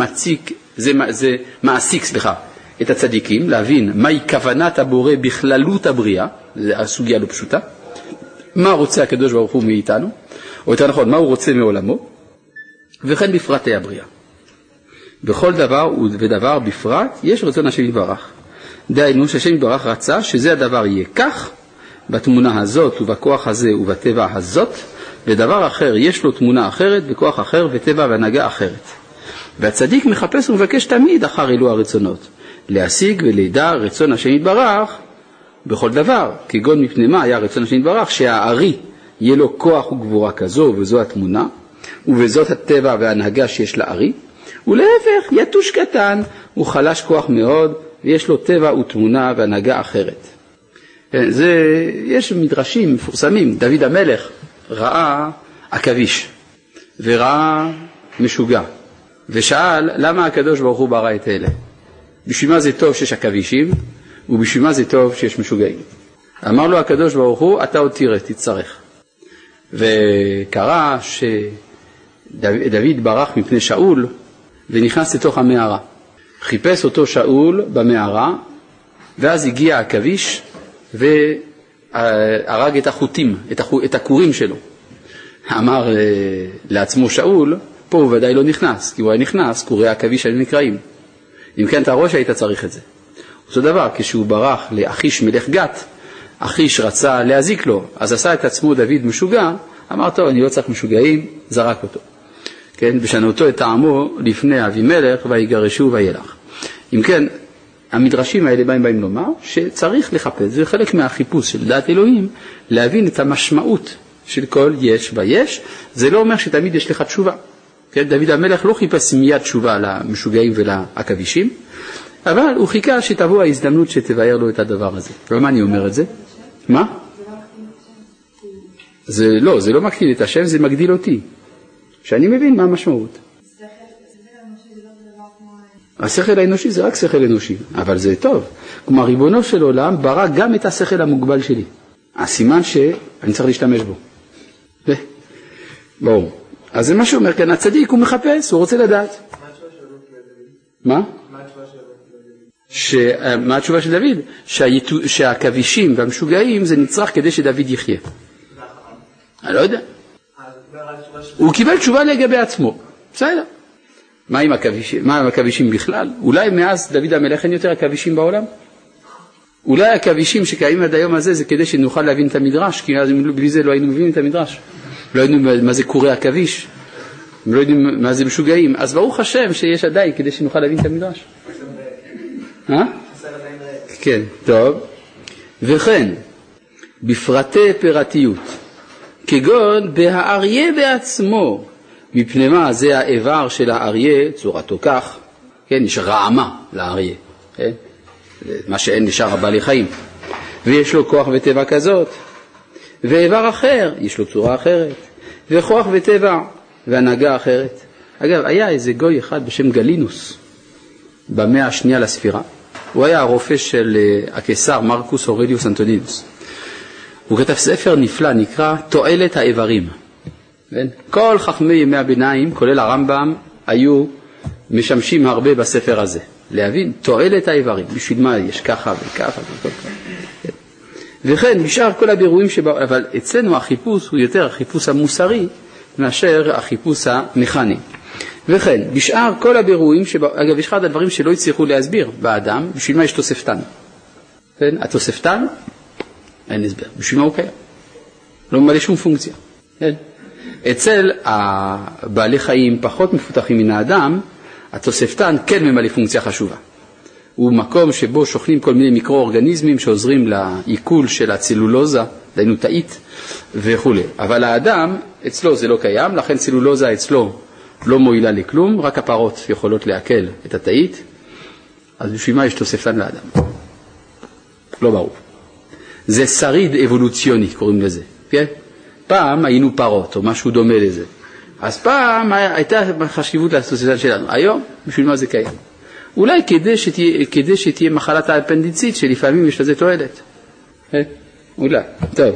מעסיק את הצדיקים, להבין מהי כוונת הבורא בכללות הבריאה, זו הסוגיה לא פשוטה, מה רוצה הקדוש ברוך הוא מאיתנו, או יותר נכון, מה הוא רוצה מעולמו, וכן בפרטי הבריאה. בכל דבר ודבר בפרט יש רצון השם יתברך. דהיינו שהשם יתברך רצה שזה הדבר יהיה כך, בתמונה הזאת ובכוח הזה ובטבע הזאת, ודבר אחר יש לו תמונה אחרת בכוח אחר וטבע והנהגה אחרת. והצדיק מחפש ומבקש תמיד אחר אלו הרצונות, להשיג ולידע רצון השם יתברך בכל דבר, כגון מפני מה היה רצון השם יתברך שהארי יהיה לו כוח וגבורה כזו וזו התמונה, ובזאת הטבע וההנהגה שיש לארי, ולהפך יתוש קטן הוא חלש כוח מאוד ויש לו טבע ותמונה והנהגה אחרת. יש מדרשים מפורסמים. דוד המלך ראה עכביש וראה משוגע ושאל למה הקדוש ברוך הוא ברא את אלה, בשביל מה זה טוב שיש עכבישים ובשביל מה זה טוב שיש משוגעים. אמר לו הקדוש ברוך הוא אתה עוד תראה, תצטרך. וקרא שדוד ברח מפני שאול ונכנס לתוך המערה, חיפש אותו שאול במערה, ואז הגיע עכביש והרג את החוטים, את הכורים שלו. אמר לעצמו שאול, פה הוא ודאי לא נכנס, כי הוא היה נכנס, כורי העכביש היו נקראים. אם כן אתה רואה שהיית צריך את זה. אותו דבר, כשהוא ברח לאחיש מלך גת, אחיש רצה להזיק לו, אז עשה את עצמו דוד משוגע, אמר טוב אני לא צריך משוגעים, זרק אותו. כן, בשנותו את טעמו לפני אבימלך ויגרשו וילך. אם כן, המדרשים האלה באים לומר שצריך לחפש, זה חלק מהחיפוש של דעת אלוהים, להבין את המשמעות של כל יש ויש. זה לא אומר שתמיד יש לך תשובה. כן, דוד המלך לא חיפש מיד תשובה למשוגעים ולעכבישים, אבל הוא חיכה שתבוא ההזדמנות שתבאר לו את הדבר הזה. ומה אני אומר את זה? מה? זה לא מקטין את השם, זה מגדיל אותי. שאני מבין מה המשמעות. השכל האנושי זה רק שכל אנושי, אבל זה טוב. כלומר, ריבונו של עולם ברא גם את השכל המוגבל שלי. הסימן שאני צריך להשתמש בו. ברור. אז זה מה שאומר כאן, הצדיק הוא מחפש, הוא רוצה לדעת. מה? מה התשובה של דוד? שהכבישים והמשוגעים זה נצרך כדי שדוד יחיה. אני לא יודע. הוא קיבל תשובה לגבי עצמו. בסדר. מה עם הכבישים בכלל? אולי מאז דוד המלך אין יותר הכבישים בעולם? אולי הכבישים שקיימים עד היום הזה זה כדי שנוכל להבין את המדרש, כי בלי זה לא היינו מבינים את המדרש. לא יודעים מה זה קורי הכביש, לא יודעים מה זה משוגעים. אז ברוך השם שיש עדיין כדי שנוכל להבין את המדרש. כן, טוב. וכן, בפרטי פרטיות, כגון בהאריה בעצמו, מפני מה זה האיבר של האריה, צורתו כך, כן, יש רעמה לאריה, כן? מה שאין נשאר הבעלי חיים, ויש לו כוח וטבע כזאת, ואיבר אחר, יש לו צורה אחרת, וכוח וטבע, והנהגה אחרת. אגב, היה איזה גוי אחד בשם גלינוס, במאה השנייה לספירה, הוא היה הרופא של הקיסר מרקוס אורליוס אנטונינוס. הוא כתב ספר נפלא, נקרא תועלת האיברים. כל חכמי ימי הביניים, כולל הרמב"ם, היו משמשים הרבה בספר הזה. להבין תועלת האיברים, בשביל מה יש ככה וככה וכל כך. וכן, בשאר כל הבירואים שבא, אבל אצלנו החיפוש הוא יותר החיפוש המוסרי מאשר החיפוש המכני. וכן, בשאר כל הבירואים שבא, אגב, יש אחד הדברים שלא הצליחו להסביר באדם, בשביל מה יש תוספתן. כן? התוספתן, אין הסבר. בשביל מה הוא קיים? לא ממלא שום פונקציה. כן? אצל הבעלי חיים פחות מפותחים מן האדם, התוספתן כן ממלא פונקציה חשובה. הוא מקום שבו שוכנים כל מיני מיקרואורגניזמים שעוזרים לעיכול של הצלולוזה, דהיינו תאית וכו'. אבל האדם, אצלו זה לא קיים, לכן צלולוזה אצלו לא מועילה לכלום, רק הפרות יכולות לעכל את התאית, אז בשביל מה יש תוספתן לאדם? לא ברור. זה שריד אבולוציוני, קוראים לזה. כן? פעם היינו פרות, או משהו דומה לזה. אז פעם הייתה חשיבות לתוספתן שלנו. היום, בשביל מה זה קיים? אולי כדי שתהיה מחלת האפנדיצית, שלפעמים יש לזה תועלת. אולי. טוב.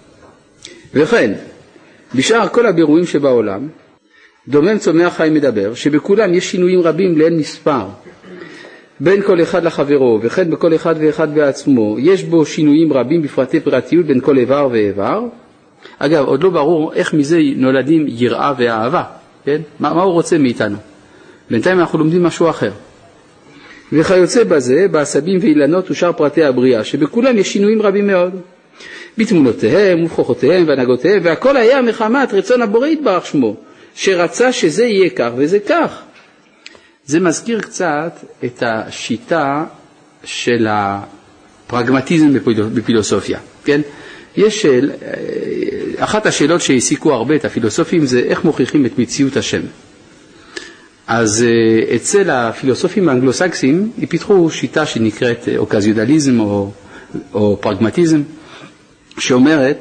וכן, בשאר כל הבירואים שבעולם, דומם צומח חי מדבר, שבכולם יש שינויים רבים לאין מספר, בין כל אחד לחברו, וכן בכל אחד ואחד בעצמו, יש בו שינויים רבים בפרטי פרטיות בין כל איבר ואיבר. אגב, עוד לא ברור איך מזה נולדים יראה ואהבה, כן? מה הוא רוצה מאיתנו? בינתיים אנחנו לומדים משהו אחר. וכיוצא בזה, בעשבים ואילנות ושאר פרטי הבריאה, שבכולם יש שינויים רבים מאוד, בתמונותיהם ובכוחותיהם והנהגותיהם, והכל היה מחמת רצון הבורא יתברך שמו, שרצה שזה יהיה כך וזה כך. זה מזכיר קצת את השיטה של הפרגמטיזם בפילוסופיה, כן? יש אחת השאלות שהעסיקו הרבה את הפילוסופים זה איך מוכיחים את מציאות השם. אז אצל הפילוסופים האנגלוסקסים פיתחו שיטה שנקראת אוקזיונליזם או פרגמטיזם, שאומרת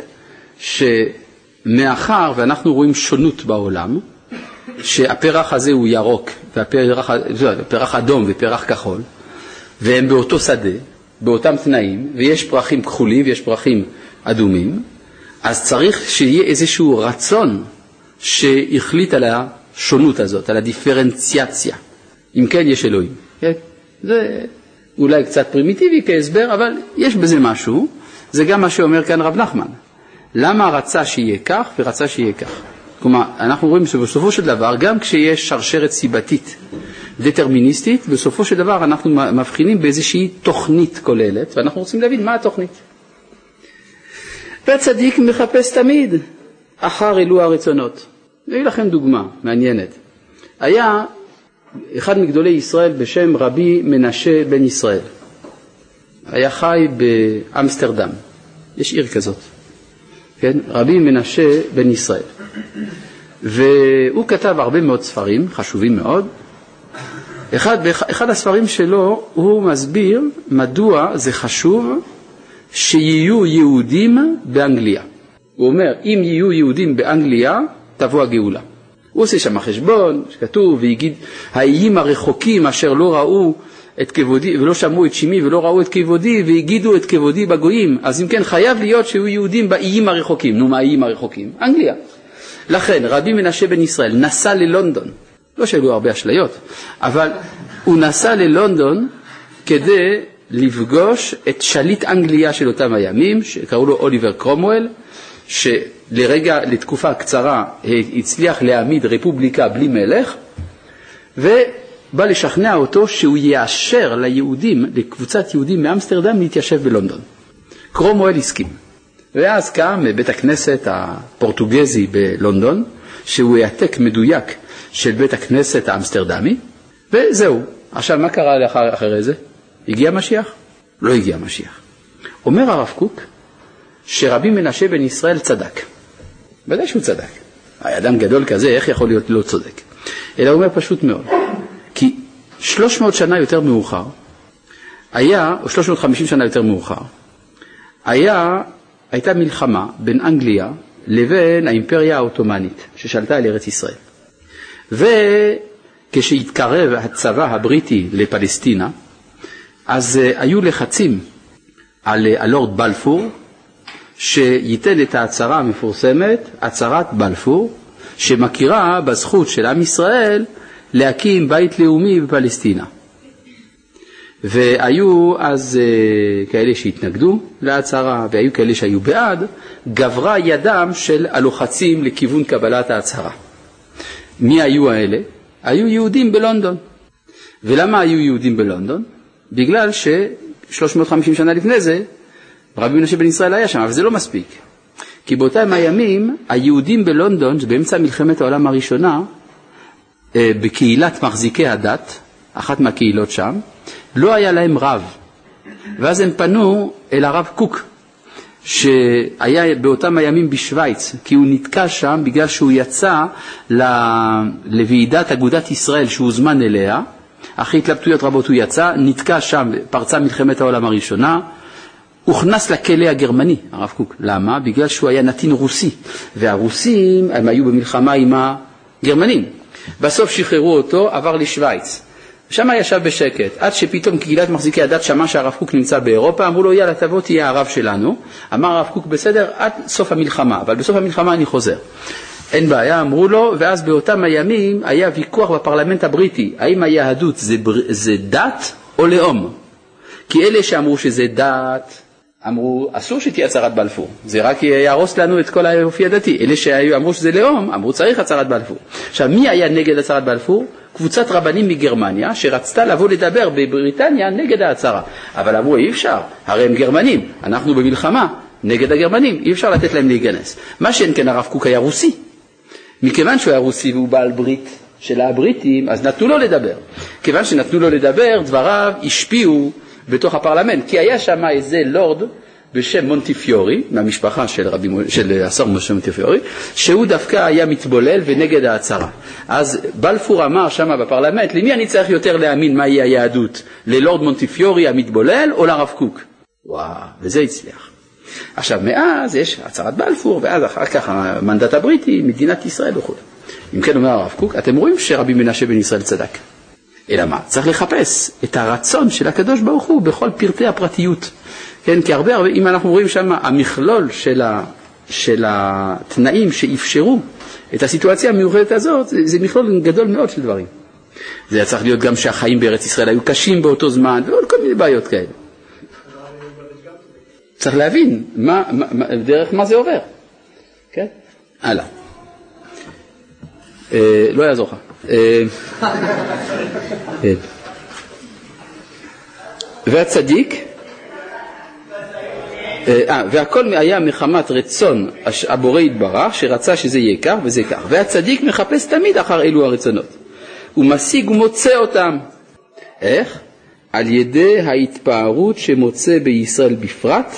שמאחר ואנחנו רואים שונות בעולם, שהפרח הזה הוא ירוק, והפרח אדום ופרח כחול, והם באותו שדה, באותם תנאים, ויש פרחים כחולים ויש פרחים אדומים, אז צריך שיהיה איזשהו רצון שהחליט על השונות הזאת, על הדיפרנציאציה. אם כן, יש אלוהים. כן? זה אולי קצת פרימיטיבי כהסבר, אבל יש בזה משהו. זה גם מה שאומר כאן רב נחמן. למה רצה שיהיה כך ורצה שיהיה כך? כלומר, אנחנו רואים שבסופו של דבר, גם כשיש שרשרת סיבתית דטרמיניסטית, בסופו של דבר אנחנו מבחינים באיזושהי תוכנית כוללת, ואנחנו רוצים להבין מה התוכנית. והצדיק מחפש תמיד אחר אלו הרצונות. נביא לכם דוגמה מעניינת. היה אחד מגדולי ישראל בשם רבי מנשה בן ישראל. היה חי באמסטרדם, יש עיר כזאת, כן? רבי מנשה בן ישראל. והוא כתב הרבה מאוד ספרים, חשובים מאוד. אחד הספרים שלו הוא מסביר מדוע זה חשוב שיהיו יהודים באנגליה. הוא אומר, אם יהיו יהודים באנגליה, תבוא הגאולה. הוא עושה שם חשבון, שכתוב, ויגיד, האיים הרחוקים אשר לא ראו את כבודי, ולא שמעו את שמי ולא ראו את כבודי, והגידו את כבודי בגויים. אז אם כן, חייב להיות שיהיו יהודים באיים הרחוקים. נו, מה האיים הרחוקים? אנגליה. לכן, רבי מנשה בן ישראל נסע ללונדון. לא שהיו הרבה אשליות, אבל הוא נסע ללונדון כדי לפגוש את שליט אנגליה של אותם הימים, שקראו לו אוליבר קרומוול, לתקופה קצרה הצליח להעמיד רפובליקה בלי מלך, ובא לשכנע אותו שהוא יאשר ליהודים, לקבוצת יהודים מאמסטרדם, להתיישב בלונדון. קרומוול הסכים. ואז קם בית הכנסת הפורטוגזי בלונדון, שהוא העתק מדויק של בית הכנסת האמסטרדמי, וזהו. עכשיו, מה קרה אחרי זה? הגיע משיח? לא הגיע משיח. אומר הרב קוק, שרבי מנשה בן ישראל צדק. ודאי שהוא צדק. האדם גדול כזה, איך יכול להיות לא צודק? אלא הוא אומר פשוט מאוד. כי 300 שנה יותר מאוחר, או 350 שנה יותר מאוחר, הייתה מלחמה בין אנגליה לבין האימפריה האוטומנית ששלטה על ארץ ישראל. וכשהתקרב הצבא הבריטי לפלסטינה, אז היו לחצים על הלורד בלפור, שייתן את ההצהרה המפורסמת, הצהרת בלפור, שמכירה בזכות של עם ישראל להקים בית לאומי בפלסטינה. והיו אז כאלה שהתנגדו להצהרה, והיו כאלה שהיו בעד, גברה ידם של הלוחצים לכיוון קבלת ההצהרה. מי היו האלה? היו יהודים בלונדון. ולמה היו יהודים בלונדון? בגלל ש350 שנה לפני זה, רבי מנשה בן ישראל היה שם, אבל זה לא מספיק. כי באותם הימים, היהודים בלונדון, באמצע מלחמת העולם הראשונה, בקהילת מחזיקי הדת, אחת מהקהילות שם, לא היה להם רב. ואז הם פנו אל הרב קוק, שהיה באותם הימים בשוויץ, כי הוא נתקע שם בגלל שהוא יצא לוועידת אגודת ישראל שהוא זמן אליה, אחרי התלבטויות רבות הוא יצא, נתקע שם, פרצה מלחמת העולם הראשונה, הוכנס לכלא הגרמני, הרב קוק. למה? בגלל שהוא היה נתין רוסי, והרוסים הם היו במלחמה עם הגרמנים. בסוף שחררו אותו, עבר לשוויץ. שם ישב בשקט, עד שפתאום קהילת מחזיקי הדת שמע שהרב קוק נמצא באירופה, אמרו לו, יאללה, תבוא תהיה הרב שלנו. אמר הרב קוק, בסדר, עד סוף המלחמה, אבל בסוף המלחמה אני חוזר. אין בעיה, אמרו לו, ואז באותם הימים היה ויכוח בפרלמנט הבריטי, האם היהדות זה דת או לאום? כי אלה שאמרו שזה דת, אמרו, אסור שתהיה הצהרת בלפור, זה רק יהרוס לנו את כל האופי הדתי. אלה שאמרו שזה לאום, אמרו, צריך הצהרת בלפור. עכשיו, מי היה נגד הצהרת בלפור? קבוצת רבנים מגרמניה שרצתה לבוא לדבר בבריטניה נגד ההצהרה. אבל אמרו, אי אפשר, הרי הם גרמנים, אנחנו במלחמה נגד הגרמנים, אי אפשר לתת להם להיכנס. מה שאין כן, הרב קוק היה רוסי. מכיוון שהוא היה רוסי והוא בעל ברית של הבריטים, אז נתנו לו לדבר. כיוון שנתנו לו לדבר, דבריו השפיעו בתוך הפרלמנט, כי היה שם איזה לורד בשם מונטיפיורי, מהמשפחה של השר משה מונטיפיורי, שהוא דווקא היה מתבולל ונגד ההצהרה. אז בלפור אמר שם בפרלמנט, למי אני צריך יותר להאמין מהי היהדות? ללורד מונטיפיורי המתבולל או לרב קוק? וואו, וזה הצליח. עכשיו, מאז יש הצהרת בלפור, ואז אחר כך המנדט הבריטי, מדינת ישראל וכו'. אם כן אומר הרב קוק, אתם רואים שרבי מנשה בן ישראל צדק. אלא מה? צריך לחפש את הרצון של הקדוש ברוך הוא בכל פרטי הפרטיות. כן, כי הרבה, אם אנחנו רואים שם, המכלול של התנאים שאפשרו את הסיטואציה המיוחדת הזאת, זה מכלול גדול מאוד של דברים. זה היה צריך להיות גם שהחיים בארץ ישראל היו קשים באותו זמן, ועוד כל מיני בעיות כאלה. צריך להבין דרך מה זה עובר. כן? הלאה. לא יעזור לך. והצדיק, והכל היה מחמת רצון הבורא יתברך, שרצה שזה יהיה כך וזה כך. והצדיק מחפש תמיד אחר אלו הרצונות. הוא משיג ומוצא אותם. איך? על ידי ההתפארות שמוצא בישראל בפרט,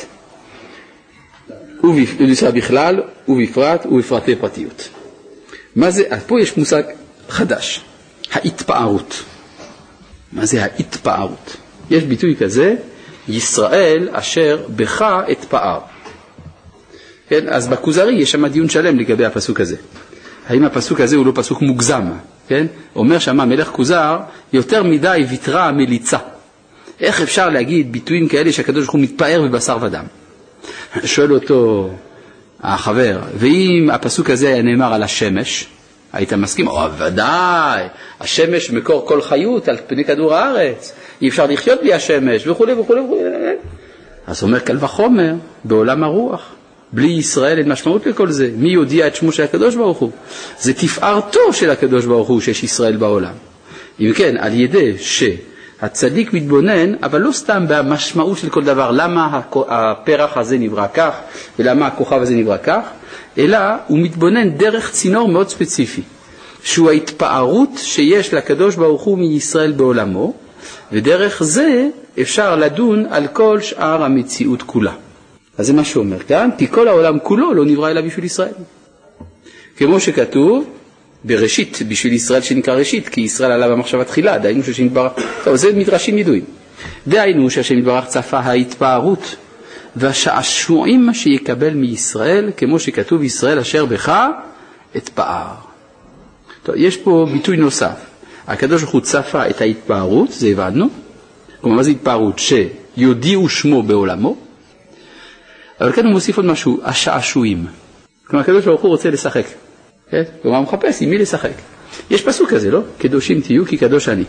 ובישראל בכלל, ובפרט, ובפרטי פרטיות. מה זה? פה יש מושג חדש, ההתפארות. מה זה ההתפארות? יש ביטוי כזה, ישראל אשר בך אתפאר. כן? אז בכוזרי יש שם דיון שלם לגבי הפסוק הזה. האם הפסוק הזה הוא לא פסוק מוגזם? כן? אומר שמה מלך כוזר, יותר מדי ויתרה מליצה. איך אפשר להגיד ביטויים כאלה שהקדוש ברוך הוא מתפאר בבשר ודם? שואל אותו החבר, ואם הפסוק הזה היה נאמר על השמש, היית מסכים? ודאי, השמש מקור כל חיות על פני כדור הארץ, אי אפשר לחיות בלי השמש וכו' וכו' וכו'. אז אומר קל וחומר, בעולם הרוח, בלי ישראל אין משמעות לכל זה. מי יודיע את שמו של הקדוש ברוך הוא? זה תפארתו של הקדוש ברוך הוא שיש ישראל בעולם. אם כן, על ידי שהצדיק מתבונן, אבל לא סתם במשמעות של כל דבר, למה הפרח הזה נברא כך ולמה הכוכב הזה נברא כך, אלא הוא מתבונן דרך צינור מאוד ספציפי, שהוא ההתפארות שיש לקדוש ברוך הוא מישראל בעולמו, ודרך זה אפשר לדון על כל שאר המציאות כולה. אז זה מה שאומר כאן, כי כל העולם כולו לא נברא אלא בשביל ישראל. כמו שכתוב בראשית, בשביל ישראל שנקרא ראשית, כי ישראל עלה במחשבה תחילה, דהיינו שהשם יתברך, טוב, זה מדרשים ידועים. דהיינו שהשם יתברך צפה ההתפארות והשעשועים שיקבל מישראל, כמו שכתוב ישראל אשר בך אתפאר. טוב, יש פה ביטוי נוסף. הקדוש ברוך הוא צפה את ההתפארות, זה הבנו. כלומר, מה זה התפארות? שיודיעו שמו בעולמו. אבל כאן הוא מוסיף עוד משהו, השעשועים. כלומר, הקדוש ברוך הוא רוצה לשחק. כן? כלומר, הוא מחפש עם מי לשחק. יש פסוק כזה, לא? קדושים תהיו כי קדוש אני.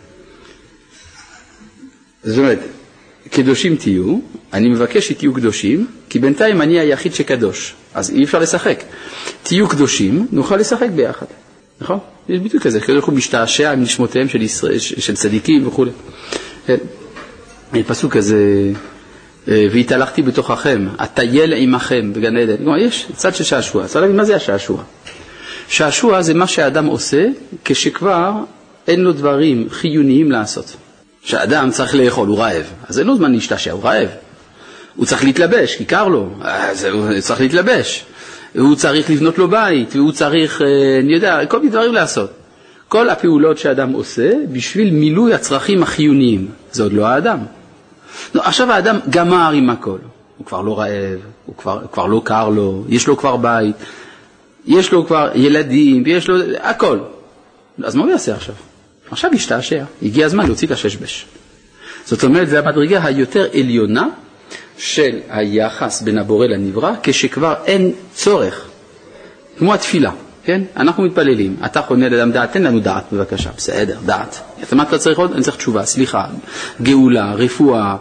זאת אומרת, קדושים תהיו, אני מבקש שתהיו קדושים, כי בינתיים אני היחיד שקדוש. אז אי אפשר לשחק. תהיו קדושים, נוכל לשחק ביחד. נכון? יש ביטוי כזה, הקדוש ברוך הוא משתעשע עם נשמותיהם של ישראל, של צדיקים וכו'. כן? פסוק כזה, והתהלכתי בתוככם, אטייל עמכם בגן עדן. כלומר, יש צד של שעשוע. צריך להבין מה זה השעשוע. שעשוע זה מה שהאדם עושה כשכבר אין לו דברים חיוניים לעשות. שהאדם צריך לאכול, הוא רעב. אז אין לו זמן להשתעשע, הוא רעב. הוא צריך להתלבש, כי קר לו. אז הוא צריך להתלבש. הוא צריך לבנות לו בית, והוא צריך, אני יודע, כל מיני דברים לעשות. כל הפעולות שהאדם עושה בשביל מילוי הצרכים החיוניים. זה עוד לא האדם. לא, עכשיו האדם גמר עם הכל. הוא כבר לא רעב, הוא כבר לא קר לו, יש לו כבר בית, יש לו כבר ילדים, יש לו הכל. אז מה הוא יעשה עכשיו? עכשיו ישתעשע. הגיע הזמן להוציא את הששבש. זאת אומרת, זה המדרגה היותר עליונה של היחס בין הבורא לנברא, כשכבר אין צורך. כמו התפילה, כן? אנחנו מתפללים. אתה חונה לאדם דעת, תן לנו דעת בבקשה. בסדר, דעת. מה אתה צריך עוד? אני צריך תשובה, סליחה, גאולה, רפואה,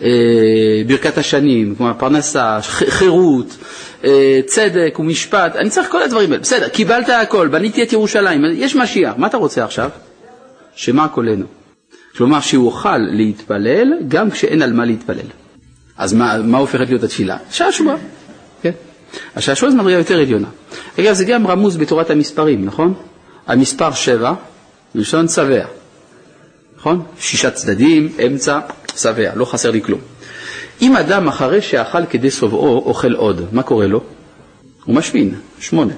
ברכת השנים, כמו פרנסה, חירות, צדק ומשפט. אני צריך כל הדברים האלה. בסדר, קיבלת הכל, בניתי את ירושלים, יש משיח. מה אתה רוצה עכשיו? שמה קולנו. כלומר, שהוא אוכל להתפלל גם כשאין על מה להתפלל. אז מה הופכת להיות התפילה? שעשוע. כן? השעשוע זה מדרגה יותר עליונה. אגב, זה גם רמוז בתורת המספרים, נכון? המספר 7, מלשון שבע. נכון? 6 צדדים, אמצע, שבע, לא חסר לי כלום. אם אדם אחרי שאכל כדי סובעו אוכל עוד, מה קורה לו? הוא משמין, 8.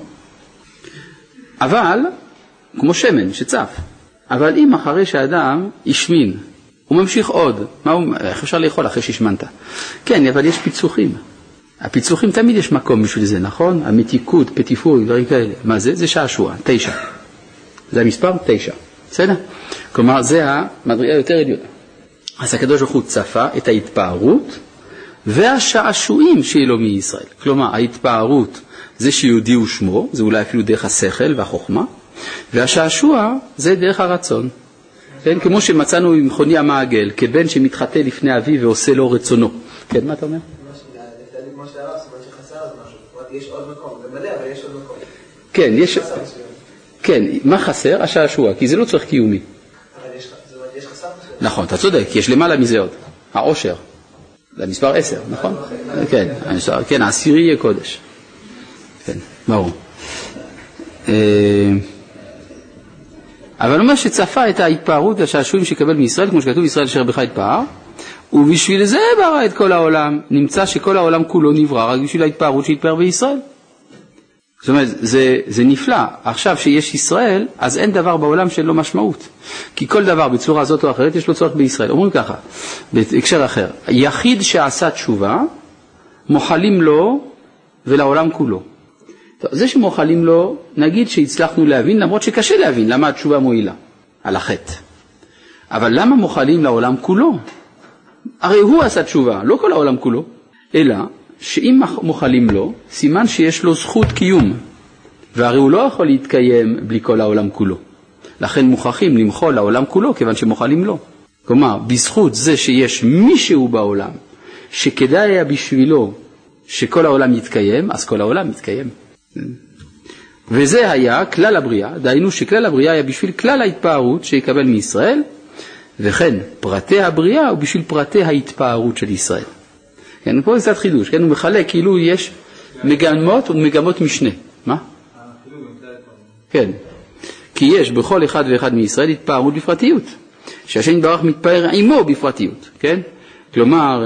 אבל, כמו שמן שצף. אבל אם אחרי שאדם ישמין, הוא ממשיך עוד. איך אפשר לאכול אחרי שהשמנת? כן, אבל יש פיצוחים. הפיצוחים תמיד יש מקום בשביל זה, נכון? המתיקות, פטיפוי, דברים כאלה. מה זה? זה שעשוע, 9. זה המספר 9. בסדר? כלומר, זה המדרגה יותר עליונה. אז הקדוש ברוך הוא צפה את ההתפארות והשעשועים שאלו מישראל. כלומר, ההתפארות זה שיהודיעו שמו, זה אולי אפילו דרך השכל והחוכמה, והשעשוע זה דרך הרצון. כן? כמו שמצאנו עם חוני המעגל, כבן שמתחטא לפני אביו ועושה לו רצונו. כן, מה אתה אומר? כמו שהרב, זאת אומרת שחסר אז משהו. יש עוד מקום, זה מלא, אבל יש עוד מקום. כן, יש... כן, מה חסר? השעשוע, כי זה לא צורך קיומי. אבל יש חסר מסוים. נכון, אתה צודק, יש למעלה מזה עוד. העושר. זה המספר 10, נכון? כן, העשירי יהיה קודש. כן, ברור. אבל הוא אומר שצפה את ההתפארות והשעשועים שיקבל מישראל, כמו שכתוב ישראל אשר בך יתפאר, ובשביל זה ברא את כל העולם. נמצא שכל העולם כולו נברא רק בשביל ההתפארות שהתפאר בישראל. זאת אומרת, זה נפלא. עכשיו שיש ישראל, אז אין דבר בעולם שאין לו משמעות. כי כל דבר בצורה הזאת או אחרת יש לו צורך בישראל. אומרים ככה, בהקשר אחר, יחיד שעשה תשובה, מוחלים לו ולעולם כולו. טוב, זה שמוחלים לו, נגיד שהצלחנו להבין, למרות שקשה להבין למה התשובה מועילה, על החטא. אבל למה מוחלים לעולם כולו? הרי הוא עשה תשובה, לא כל העולם כולו, אלא שאם מוחלים לו, סימן שיש לו זכות קיום, והרי הוא לא יכול להתקיים בלי כל העולם כולו. לכן מוכרחים למחול לעולם כולו, כיוון שמוחלים לו. כלומר, בזכות זה שיש מישהו בעולם, שכדאי היה בשבילו שכל העולם יתקיים, אז כל העולם יתקיים. וזה היה כלל הבריאה, דהיינו שכלל הבריאה היה בשביל כלל ההתפארות שיקבל מישראל, וכן פרטי הבריאה הוא בשביל פרטי ההתפארות של ישראל. כן, פה זה קצת חידוש, כן, הוא מחלק כאילו יש מגמות ומגמות משנה. מה? כן, כי יש בכל אחד ואחד מישראל התפארות בפרטיות, שהשם יתברך מתפאר עמו בפרטיות, כן? כלומר,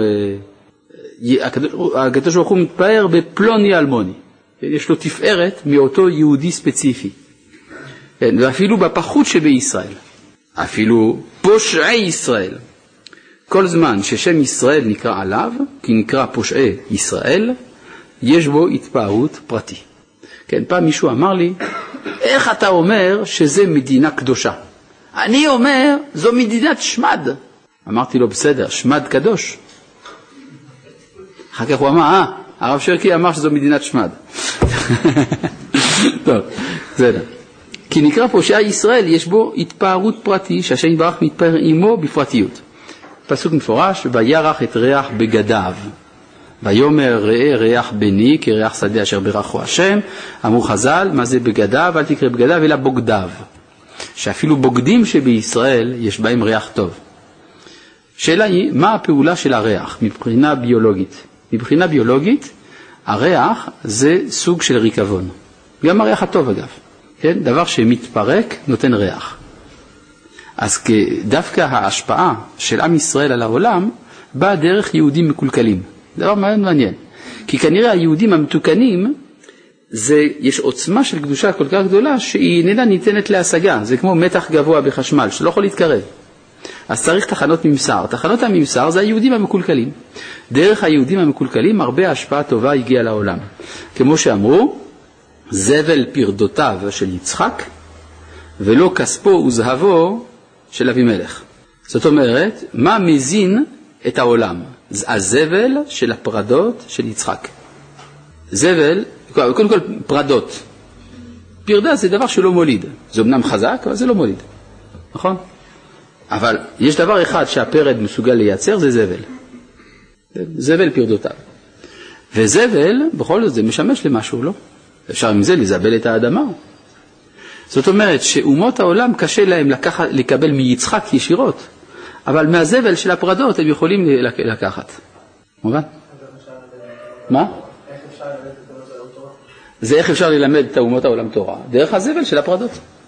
הקדוש ברוך הוא מתפאר בפלוני אלמוני, יש לו תפארת מאותו יהודי ספציפי, כן, ואפילו בפחות שבישראל, אפילו פושעי ישראל. כל זמן ששם ישראל נקרא עליו, כי נקרא פושעי ישראל, יש בו התפארות פרטי. כן, פעם מישהו אמר לי, איך אתה אומר שזה מדינה קדושה? אני אומר, זו מדינת שמד. אמרתי לו, בסדר, שמד קדוש. אחר כך הוא אמר, הרב שרקי אמר שזו מדינת שמד. טוב, בסדר. כי נקרא פושעי ישראל, יש בו התפארות פרטי, שהשם יתברך מתפאר עמו בפרטיות. פסוק מפורש, וירח את ריח בגדיו, ויאמר ראה ריח בני כריח שדה אשר ברכו השם. אמרו חז"ל, מה זה בגדיו? אל תקרא בגדיו אלא בוגדיו, שאפילו בוגדים שבישראל יש בהם ריח טוב. שאלה היא, מה הפעולה של הריח מבחינה ביולוגית? מבחינה ביולוגית, הריח זה סוג של ריקבון, גם הריח הטוב אגב, כן? דבר שמתפרק נותן ריח. אז דווקא ההשפעה של עם ישראל על העולם באה דרך יהודים מקולקלים. דבר מעניין. כי כנראה היהודים המתוקנים, יש עוצמה של קדושה כל כך גדולה שהיא איננה ניתנת להשגה. זה כמו מתח גבוה בחשמל שלא יכול להתקרב. אז צריך תחנות ממסר. תחנות הממסר זה היהודים המקולקלים. דרך היהודים המקולקלים הרבה השפעה טובה הגיעה לעולם. כמו שאמרו, זבל פרדותיו של יצחק ולא כספו וזהבו של אבימלך. זאת אומרת, מה מזין את העולם? הזבל של הפרדות של יצחק. זבל, קודם כל פרדות. פרדה זה דבר שלא מוליד. זה אמנם חזק, אבל זה לא מוליד. נכון? אבל יש דבר אחד שהפרד מסוגל לייצר, זה זבל. זבל פרדותיו. וזבל, בכל זאת, זה משמש למשהו, לא? אפשר עם זה לזבל את האדמה. זאת אומרת שאומות העולם קשה להם לקבל מיצחק ישירות, אבל מהזבל של הפרדות הם יכולים לקחת. מובן? מה? איך אפשר ללמד את אומות העולם תורה? זה איך אפשר ללמד את אומות העולם תורה? דרך הזבל של הפרדות.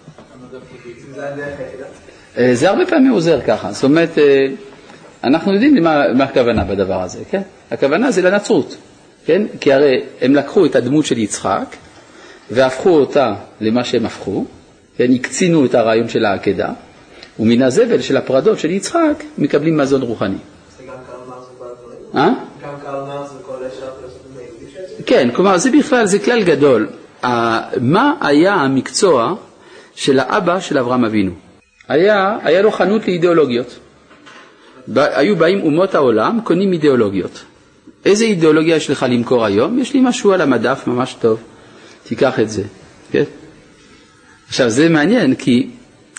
זה הרבה פעמים עוזר ככה. זאת אומרת, אנחנו יודעים מה הכוונה בדבר הזה, כן? הכוונה זה לנצרות, כן? כי הרי הם לקחו את הדמות של יצחק והפכו אותה למה שהם הפכו, כן? הקצינו את הרעיון של העקדה, ומן הזבל של הפרדות של יצחק מקבלים מזון רוחני. זה גם קרל מרקס וכל הדברים? גם קרל מרקס וכל השאר פילוסופים היהודים שזה? כן, כלומר זה בכלל, זה כלל גדול. מה היה המקצוע של האבא של אברהם אבינו? היה לו חנות לאידיאולוגיות. היו באים אומות העולם, קונים אידיאולוגיות. איזה אידיאולוגיה יש לך למכור היום? יש לי משהו על המדף ממש טוב. תיקח את זה. כן? עכשיו זה מעניין כי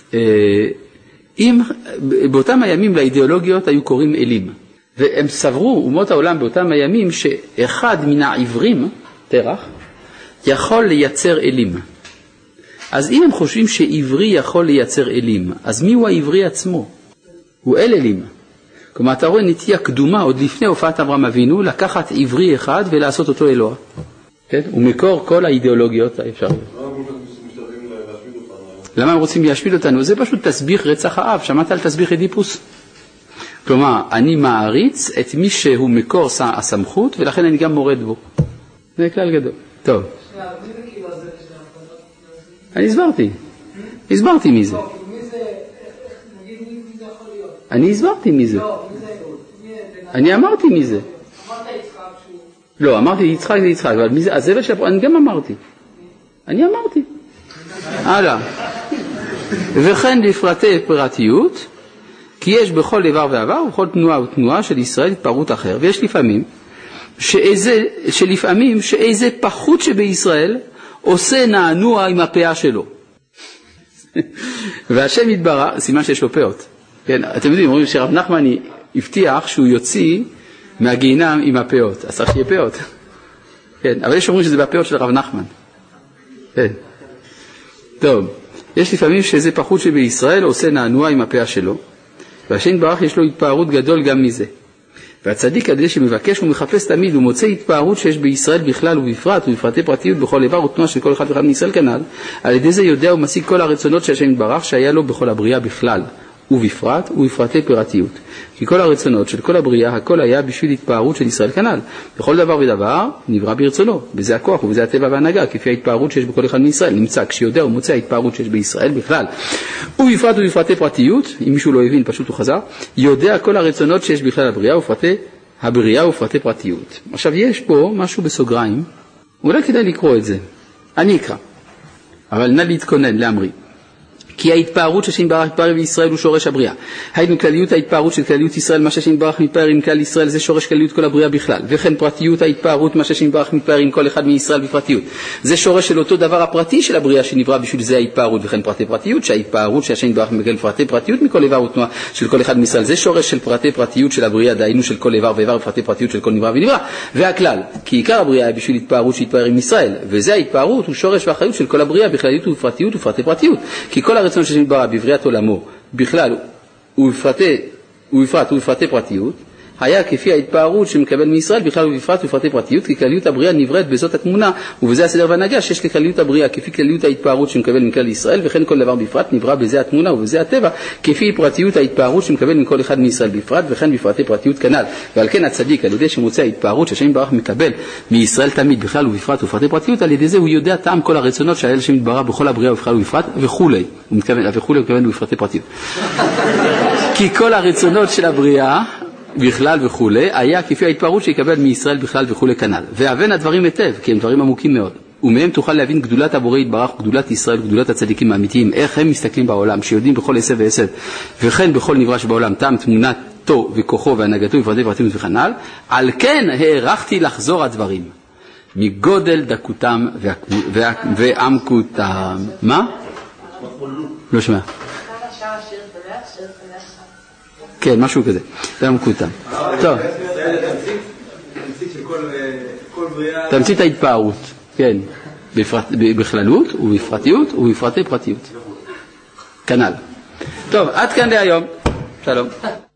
אם באותם הימים לאידיאולוגיות היו קוראים אלים, והם סברו אומות העולם באותם הימים שאחד מן העברים, תרח, יכול לייצר אלים. אז אם הם חושבים שעברי יכול לייצר אלים, אז מי הוא העברי עצמו? הוא אל אלים. כלומר, אתה רואה נטייה קדומה עוד לפני הופעת אברהם אבינו, לקחת עברי אחד ולעשות אותו אלוה. כן? הוא מקור כל האידיאולוגיות האפשריות. למה הם רוצים להשפיל אותנו? זה פשוט תסביך רצח האב, שמעת על תסביך אדיפוס? כלומר, אני מעריץ את מי שהוא מקור הסמכות, ולכן אני גם מורד בו. זה כלל גדול. טוב. אני הסברתי מי זה. אני הסברתי מי זה. אני אמרתי מי זה. לא, אמרתי יצחק זה יצחק, אבל מי זה? הזבל של הפרעה, אני גם אמרתי. אני אמרתי. הלאה. וכן לפרטי פרטיות, כי יש בכל איבר ועבר ובכל תנועה ותנועה של ישראל התפרעות אחר. ויש לפעמים שאיזה פחות שבישראל עושה נענוע עם הפאה שלו. והשם יתברך, סימן שיש לו פאות. כן, אתם יודעים, אומרים שרב נחמן הבטיח שהוא יוציא מהגיהינום עם הפאות. אז צריך שיהיה פאות. כן, אבל יש אומרים שזה בפאות של רב נחמן. כן. טוב, יש לפעמים שאיזה פחות שבישראל עושה נענוע עם הפאה שלו. והשם יתברך יש לו התפארות גדול גם מזה. והצדיק על ידי שמבקש ומחפש תמיד ומוצא התפארות שיש בישראל בכלל ובפרט ובפרטי פרטיות בכל איבר ותנועה של כל אחד ואחד מישראל כנ"ל, על ידי זה יודע ומשיג כל הרצונות של השם יתברך שהיה לו בכל הבריאה בכלל ובפרט ובפרטי פרטיות. כי כל הרצונות של כל הבריאה הכל היה בשביל התפארות של ישראל כנ"ל. בכל דבר ודבר נברא ברצונו, בזה הכוח ובזה הטבע והנהגה, כפי ההתפארות שיש בכל אחד מישראל. נמצא כשיודע ומוצא ההתפארות שיש בישראל בכלל ובפרט ובפרטי פרטיות, אם מישהו לא הבין פשוט הוא חזר, יודע כל הרצונות שיש בכלל הבריאה ופרטי הבריאה ופרטי פרטיות. עכשיו יש פה משהו בסוגריים, אולי כדאי לקרוא את זה. אני אקרא, אבל נא להתכונן להמריא. כי ההתפארות שהשם יתברך מתפאר בישראל הוא שורש הבריאה. היינו כלליות ההתפארות של כלליות ישראל, מה שהשם יתברך מתפאר עם כלל ישראל, זה שורש כלליות כל הבריאה בכלל. וכן פרטיות ההתפארות, מה שהשם יתברך מתפאר עם כל אחד מישראל בפרטיות. זה שורש של אותו דבר הפרטי של הבריאה שנברא, בשביל זה ההתפארות. וכן פרטי פרטיות, שההתפארות שהשם יתברך מקבל פרטי פרטיות מכל איבר ותנועה של כל אחד מישראל. זה שורש של פרטי פרטיות של הבריאה, דהיינו של כל איבר ואיבר ופרטי פרטיות של כל נברא ונברא. והכלל, כי עיקר הבריאה בשביל התפארות שהתפאר עם ישראל, וזה ההתפארות הוא שורש ואחריות של כל הבריאה בכלליות ובפרטיות ופרטי פרטיות. כי כל הרצון שהשם יתברך בבריאת עולמו בכלל ובפרט ובפרטי פרטיות היה כפי ההתפארות שמקבל מישראל בכלל ובפרט ובפרטי פרטיות, כי כלליות הבריאה נבראת בזאת התמונה ובזה הסדר והנהגה שיש לכלליות הבריאה כפי כלליות ההתפארות שמקבל מכלל ישראל, וכן כל דבר בפרט נברא בזה התמונה ובזה הטבע כפי פרטיות ההתפארות שמקבל מכל אחד מישראל בפרט, וכן בפרטי פרטיות כנ"ל. ועל כן הצדיק על ידי שמוצא ההתפארות שהשם יתברך מקבל מישראל תמיד בכלל ובפרט ובפרטי פרטיות, על ידי זה הוא יודע טעם כל הרצונות שהאל השם יתברך בכל הבריאה ובכלל ובפרט וכולי. הוא מתכוון בפרטי פרטיות. כי כל הרצונות של הבריאה בכלל וכולי, היה כפי ההתפארות שיקבל מישראל בכלל וכולי כנ"ל. והבן הדברים היטב, כי הם דברים עמוקים מאוד. ומהם תוכל להבין גדולת הבורא יתברך, גדולת ישראל, גדולת הצדיקים האמיתיים, איך הם מסתכלים בעולם, שיודעים בכל עשה ועשה, וכן בכל נברא שבעולם, טעם תמונתו וכוחו והנהגתו ופרטי פרטיות וכנ"ל. על כן הערכתי לחזור הדברים, מגודל דקותם ועמקותם. מה? לא שומע. כן, משהו כזה. זה עמקותם. טוב. תמצית ההתפארות. כן. בכללות ובפרטיות ובפרטי פרטיות. כנ"ל. טוב, עד כאן להיום. שלום.